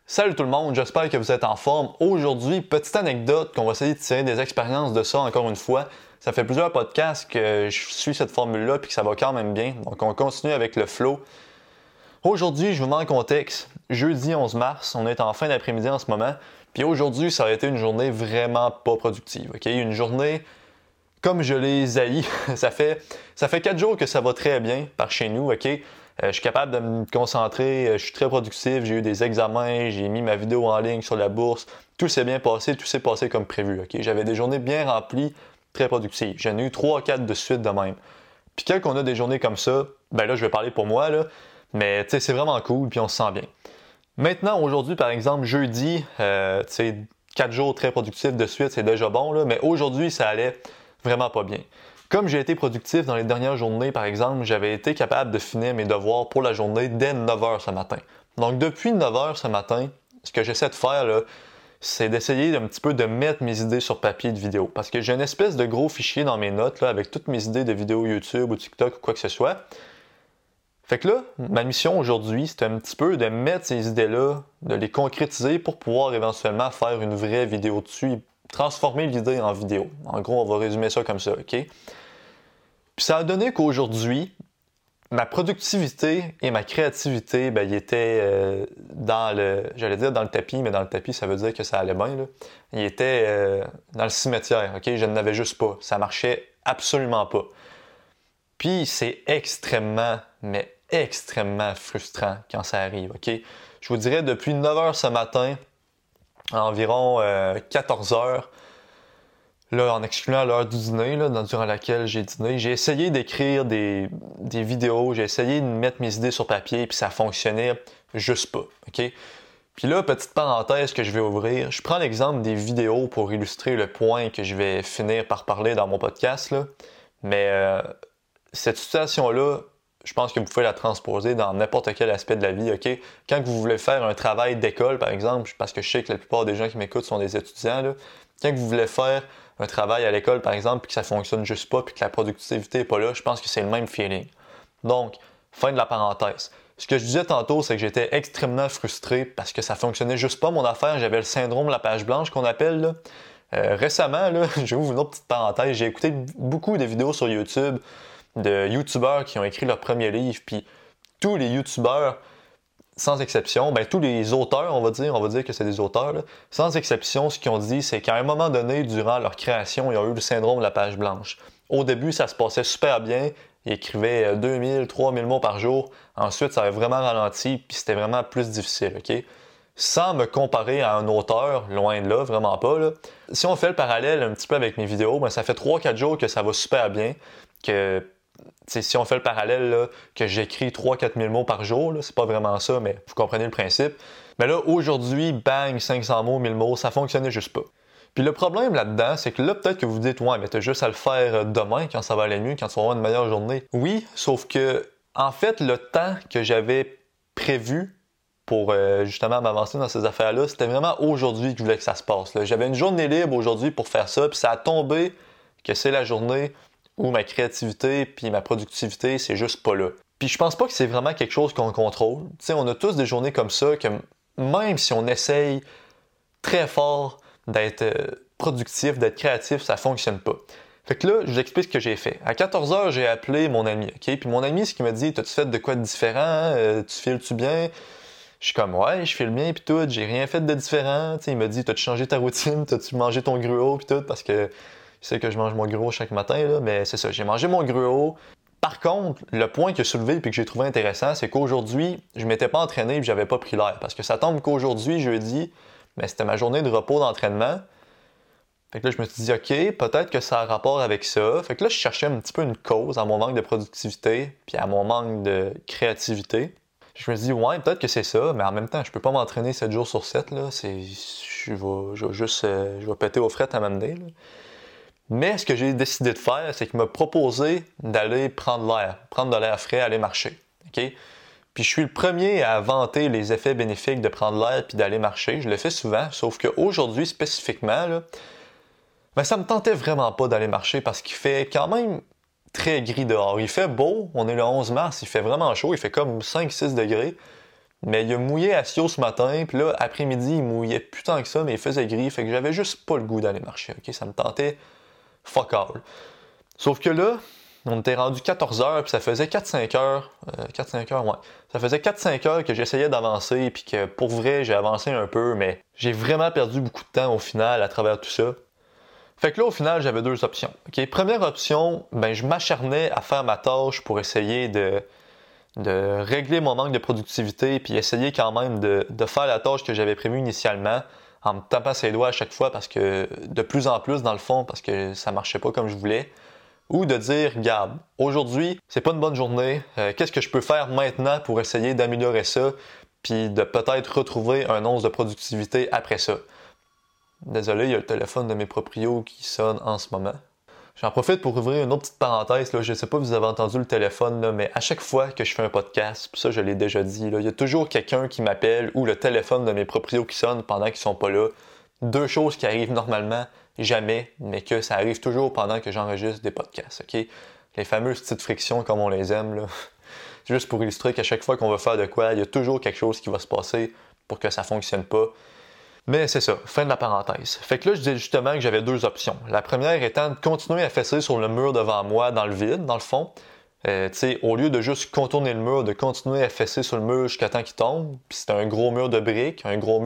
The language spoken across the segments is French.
Salut tout le monde, j'espère que vous êtes en forme. Aujourd'hui, petite anecdote qu'on va essayer de tirer des expériences de ça encore une fois. Ça fait plusieurs podcasts que je suis cette formule-là et que ça va quand même bien. Donc on continue avec le flow. Aujourd'hui, je vous mets en contexte. Jeudi 11 mars, on est en fin d'après-midi en ce moment. Puis aujourd'hui, ça a été une journée vraiment pas productive. OK? Une journée comme je les haïs. ça fait 4 jours que ça va très bien par chez nous. OK? Je suis capable de me concentrer, je suis très productif, j'ai eu des examens, j'ai mis ma vidéo en ligne sur la bourse, tout s'est bien passé, tout s'est passé comme prévu. Okay? J'avais des journées bien remplies, très productives. J'en ai eu 3-4 de suite de même. Puis quand on a des journées comme ça, ben là je vais parler pour moi, là, mais c'est vraiment cool, puis on se sent bien. Maintenant, aujourd'hui par exemple, jeudi, 4 jours très productifs de suite, c'est déjà bon, là, mais aujourd'hui ça allait vraiment pas bien. Comme j'ai été productif dans les dernières journées, par exemple, j'avais été capable de finir mes devoirs pour la journée dès 9h ce matin. Donc depuis 9h ce matin, ce que j'essaie de faire, là, c'est d'essayer un petit peu de mettre mes idées sur papier de vidéo. Parce que j'ai une espèce de gros fichier dans mes notes là, avec toutes mes idées de vidéos YouTube ou TikTok ou quoi que ce soit. Fait que là, ma mission aujourd'hui, c'est un petit peu de mettre ces idées-là, de les concrétiser pour pouvoir éventuellement faire une vraie vidéo dessus et transformer l'idée en vidéo. En gros, on va résumer ça comme ça, OK? Puis ça a donné qu'aujourd'hui, ma productivité et ma créativité, ben, ils étaient dans le tapis, mais dans le tapis, ça veut dire que ça allait bien, là. Ils étaient dans le cimetière, OK? Je n'avais juste pas. Ça marchait absolument pas. Puis c'est extrêmement, mais extrêmement frustrant quand ça arrive, OK? Je vous dirais, depuis 9h ce matin, à environ 14h, là, en excluant l'heure du dîner, là, durant laquelle j'ai dîné, j'ai essayé d'écrire des vidéos, j'ai essayé de mettre mes idées sur papier, puis ça fonctionnait juste pas, OK? Puis là, petite parenthèse que je vais ouvrir, je prends l'exemple des vidéos pour illustrer le point que je vais finir par parler dans mon podcast, là, mais cette situation-là, je pense que vous pouvez la transposer dans n'importe quel aspect de la vie, OK? Quand vous voulez faire un travail d'école, par exemple, parce que je sais que la plupart des gens qui m'écoutent sont des étudiants, là, quand vous voulez faire un travail à l'école, par exemple, puis que ça fonctionne juste pas, puis que la productivité n'est pas là, je pense que c'est le même feeling. Donc, fin de la parenthèse. Ce que je disais tantôt, c'est que j'étais extrêmement frustré parce que ça fonctionnait juste pas mon affaire. J'avais le syndrome de la page blanche qu'on appelle, là. Récemment, là, je vais vous une autre petite parenthèse, j'ai écouté beaucoup de vidéos sur YouTube de YouTubeurs qui ont écrit leur premier livre, puis tous les YouTubeurs, sans exception, ben tous les auteurs, on va dire que c'est des auteurs, là, sans exception, ce qu'ils ont dit, c'est qu'à un moment donné, durant leur création, ils ont eu le syndrome de la page blanche. Au début, ça se passait super bien, ils écrivaient 2000, 3000 mots par jour, ensuite, ça avait vraiment ralenti, puis c'était vraiment plus difficile, OK? Sans me comparer à un auteur, loin de là, vraiment pas, là. Si on fait le parallèle un petit peu avec mes vidéos, ben ça fait 3-4 jours que ça va super bien, que si on fait le parallèle, là, que j'écris 3-4 000 mots par jour, là, c'est pas vraiment ça, mais vous comprenez le principe. Mais là, aujourd'hui, bang, 500 mots, 1000 mots, ça fonctionnait juste pas. Puis le problème là-dedans, c'est que là, peut-être que vous vous dites, ouais, mais t'as juste à le faire demain quand ça va aller mieux, quand tu vas avoir une meilleure journée. Oui, sauf que, en fait, le temps que j'avais prévu pour justement m'avancer dans ces affaires-là, c'était vraiment aujourd'hui que je voulais que ça se passe, là. J'avais une journée libre aujourd'hui pour faire ça, puis ça a tombé que c'est la journée où ma créativité puis ma productivité, c'est juste pas là. Puis je pense pas que c'est vraiment quelque chose qu'on contrôle. Tu sais, on a tous des journées comme ça que même si on essaye très fort d'être productif, d'être créatif, ça fonctionne pas. Fait que là, je vous explique ce que j'ai fait. À 14h, j'ai appelé mon ami, OK? Puis mon ami, ce qu'il m'a dit, t'as-tu fait de quoi de différent? Tu files-tu bien? Je suis comme, ouais, je file bien, puis tout, j'ai rien fait de différent. Tu sais, il m'a dit, t'as-tu changé ta routine? T'as-tu mangé ton gruau, puis tout? Parce que je sais que je mange mon gruau chaque matin, là, mais c'est ça, j'ai mangé mon gruau. Par contre, le point que j'ai soulevé et que j'ai trouvé intéressant, c'est qu'aujourd'hui, je m'étais pas entraîné et j'avais pas pris l'air. Parce que ça tombe qu'aujourd'hui, jeudi, ben, c'était ma journée de repos d'entraînement. Fait que là, je me suis dit, OK, peut-être que ça a rapport avec ça. Fait que là, je cherchais un petit peu une cause à mon manque de productivité puis à mon manque de créativité. Je me suis dit, ouais, peut-être que c'est ça, mais en même temps, je peux pas m'entraîner 7 jours sur 7, là. Je vais péter aux frettes à m'amener, là. Mais ce que j'ai décidé de faire, c'est qu'il m'a proposé d'aller prendre de l'air frais, aller marcher. OK? Puis je suis le premier à vanter les effets bénéfiques de prendre l'air puis d'aller marcher. Je le fais souvent, sauf qu'aujourd'hui spécifiquement, là, ben ça me tentait vraiment pas d'aller marcher parce qu'il fait quand même très gris dehors. Il fait beau, on est le 11 mars, il fait vraiment chaud, il fait comme 5-6 degrés. Mais il a mouillé à Sio ce matin, puis là, après-midi, il mouillait plus tant que ça, mais il faisait gris, fait que j'avais juste pas le goût d'aller marcher, ok? Ça me tentait fuck all. Sauf que là, on était rendu 14h, puis ça faisait 4-5 heures, 4-5 heures, ouais. Ça faisait 4-5 heures que j'essayais d'avancer, puis que pour vrai, j'ai avancé un peu, mais j'ai vraiment perdu beaucoup de temps au final à travers tout ça. Fait que là, au final, j'avais deux options. Ok, première option, ben, je m'acharnais à faire ma tâche pour essayer de régler mon manque de productivité, puis essayer quand même de faire la tâche que j'avais prévue initialement, en me tapant ses doigts à chaque fois, parce que de plus en plus, dans le fond, parce que ça marchait pas comme je voulais. Ou de dire, regarde, aujourd'hui, c'est pas une bonne journée, qu'est-ce que je peux faire maintenant pour essayer d'améliorer ça, puis de peut-être retrouver un once de productivité après ça. Désolé, il y a le téléphone de mes proprios qui sonne en ce moment. J'en profite pour ouvrir une autre petite parenthèse, là. Je sais pas si vous avez entendu le téléphone, là, mais à chaque fois que je fais un podcast, puis ça je l'ai déjà dit, là, il y a toujours quelqu'un qui m'appelle ou le téléphone de mes proprios qui sonne pendant qu'ils sont pas là. Deux choses qui arrivent normalement jamais, mais que ça arrive toujours pendant que j'enregistre des podcasts, ok? Les fameuses petites frictions comme on les aime, là. Juste pour illustrer qu'à chaque fois qu'on va faire de quoi, il y a toujours quelque chose qui va se passer pour que ça fonctionne pas. Mais c'est ça, fin de la parenthèse. Fait que là, je disais justement que j'avais deux options. La première étant de continuer à fesser sur le mur devant moi dans le vide, dans le fond. Au lieu de juste contourner le mur, de continuer à fesser sur le mur jusqu'à temps qu'il tombe. Puis c'était un gros mur de briques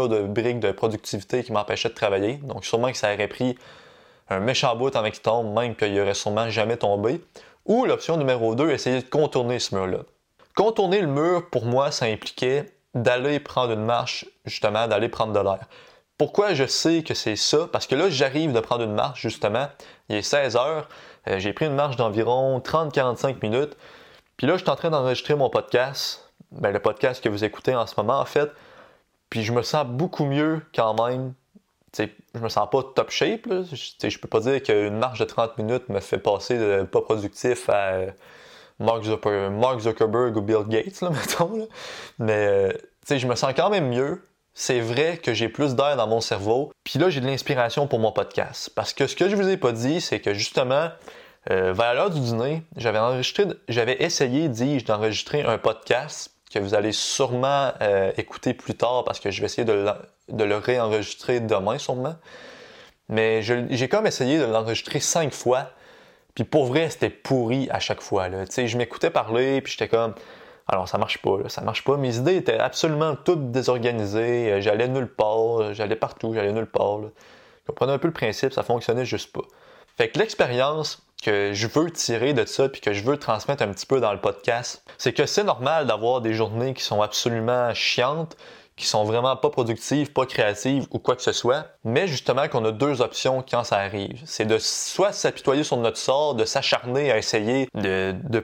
de productivité qui m'empêchait de travailler. Donc sûrement que ça aurait pris un méchant bout avant qu'il tombe, même qu'il aurait sûrement jamais tombé. Ou l'option numéro 2, essayer de contourner ce mur-là. Contourner le mur, pour moi, ça impliquait d'aller prendre une marche, justement, d'aller prendre de l'air. Pourquoi je sais que c'est ça? Parce que là, j'arrive de prendre une marche, justement. Il est 16 heures. J'ai pris une marche d'environ 30-45 minutes. Puis là, je suis en train d'enregistrer mon podcast. Ben, le podcast que vous écoutez en ce moment, en fait. Puis je me sens beaucoup mieux quand même. T'sais, je me sens pas top shape. Là. Je peux pas dire qu'une marche de 30 minutes me fait passer de pas productif à Mark Zuckerberg ou Bill Gates, là, mettons. Là. Mais je me sens quand même mieux. C'est vrai que j'ai plus d'air dans mon cerveau. Puis là, j'ai de l'inspiration pour mon podcast. Parce que ce que je vous ai pas dit, c'est que justement, vers l'heure du dîner, j'avais essayé, dis-je, d'enregistrer un podcast que vous allez sûrement écouter plus tard parce que je vais essayer de le réenregistrer demain sûrement. Mais j'ai comme essayé de l'enregistrer 5 fois. Puis pour vrai, c'était pourri à chaque fois. Là. Je m'écoutais parler, puis j'étais comme... Alors, ça marche pas, là, ça marche pas. Mes idées étaient absolument toutes désorganisées. J'allais nulle part, j'allais partout, j'allais nulle part. Là. Je comprenais un peu le principe, ça fonctionnait juste pas. Fait que l'expérience que je veux tirer de ça puis que je veux transmettre un petit peu dans le podcast, c'est que c'est normal d'avoir des journées qui sont absolument chiantes, qui sont vraiment pas productives, pas créatives ou quoi que ce soit, mais justement qu'on a deux options quand ça arrive. C'est de soit s'apitoyer sur notre sort, de s'acharner à essayer de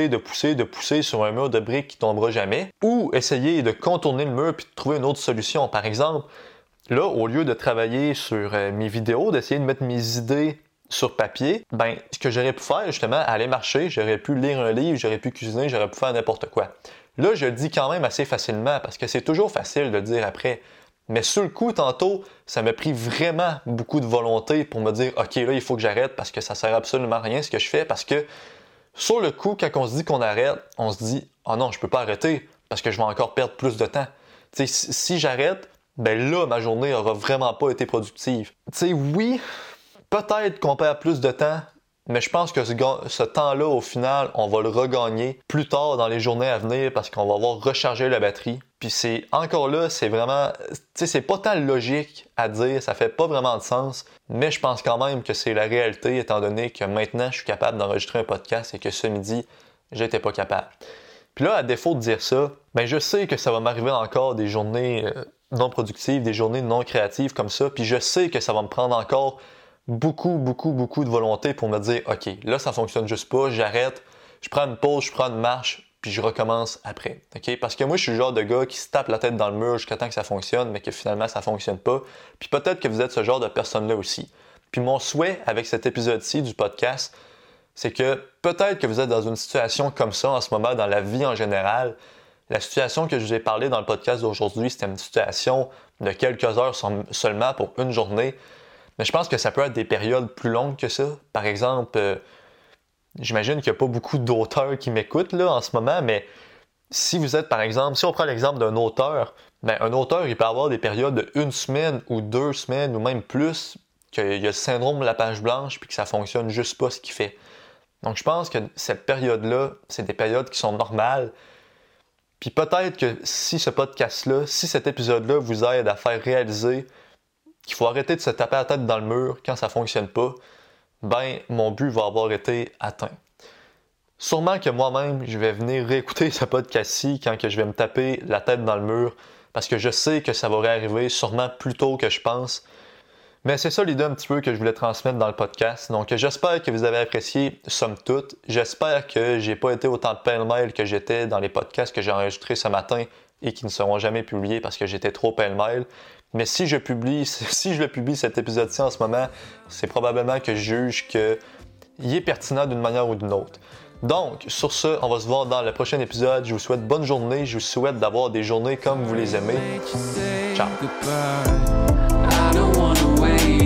pousser sur un mur de briques qui tombera jamais, ou essayer de contourner le mur puis de trouver une autre solution. Par exemple, là, au lieu de travailler sur mes vidéos, d'essayer de mettre mes idées sur papier, ben, ce que j'aurais pu faire, justement, aller marcher, j'aurais pu lire un livre, j'aurais pu cuisiner, j'aurais pu faire n'importe quoi. Là, je le dis quand même assez facilement parce que c'est toujours facile de le dire après. Mais sur le coup, tantôt, ça m'a pris vraiment beaucoup de volonté pour me dire « Ok, là, il faut que j'arrête parce que ça sert absolument à rien ce que je fais. » Parce que sur le coup, quand on se dit qu'on arrête, on se dit « Oh non, je peux pas arrêter parce que je vais encore perdre plus de temps. » Tu sais, si j'arrête, ben là, ma journée aura vraiment pas été productive. Tu sais, oui, peut-être qu'on perd plus de temps, mais je pense que ce temps-là, au final, on va le regagner plus tard dans les journées à venir parce qu'on va avoir rechargé la batterie. Puis c'est encore là, c'est vraiment, tu sais, c'est pas tant logique à dire, ça fait pas vraiment de sens, mais je pense quand même que c'est la réalité étant donné que maintenant je suis capable d'enregistrer un podcast et que ce midi, j'étais pas capable. Puis là, à défaut de dire ça, ben je sais que ça va m'arriver encore des journées non productives, des journées non créatives comme ça, puis je sais que ça va me prendre encore beaucoup de volonté pour me dire « Ok, là, ça fonctionne juste pas, j'arrête, je prends une pause, je prends une marche, puis je recommence après. » Okay? Parce que moi, je suis le genre de gars qui se tape la tête dans le mur jusqu'à temps que ça fonctionne, mais que finalement, ça fonctionne pas. Puis peut-être que vous êtes ce genre de personne-là aussi. Puis mon souhait avec cet épisode-ci du podcast, c'est que peut-être que vous êtes dans une situation comme ça en ce moment dans la vie en général. La situation que je vous ai parlé dans le podcast d'aujourd'hui, c'était une situation de quelques heures seulement pour une journée. Mais je pense que ça peut être des périodes plus longues que ça. Par exemple, j'imagine qu'il n'y a pas beaucoup d'auteurs qui m'écoutent là, en ce moment, mais Si vous êtes, par exemple, si on prend l'exemple d'un auteur, ben, un auteur, il peut avoir des périodes de 1 semaine ou 2 semaines ou même plus qu'il y a le syndrome de la page blanche puis que ça fonctionne juste pas ce qu'il fait. Donc je pense que cette période-là, c'est des périodes qui sont normales. Puis peut-être que si ce podcast-là, si cet épisode-là vous aide à faire réaliser qu'il faut arrêter de se taper la tête dans le mur quand ça fonctionne pas, ben mon but va avoir été atteint. Sûrement que moi-même, je vais venir réécouter ce podcast-ci quand que je vais me taper la tête dans le mur, parce que je sais que ça va réarriver sûrement plus tôt que je pense. Mais c'est ça l'idée un petit peu que je voulais transmettre dans le podcast. Donc j'espère que vous avez apprécié, somme toute. J'espère que j'ai pas été autant pêle-mêle que j'étais dans les podcasts que j'ai enregistrés ce matin et qui ne seront jamais publiés parce que j'étais trop pêle-mêle. Mais si je publie cet épisode-ci en ce moment, c'est probablement que je juge qu'il est pertinent d'une manière ou d'une autre. Donc, sur ce, on va se voir dans le prochain épisode. Je vous souhaite bonne journée. Je vous souhaite d'avoir des journées comme vous les aimez. Ciao!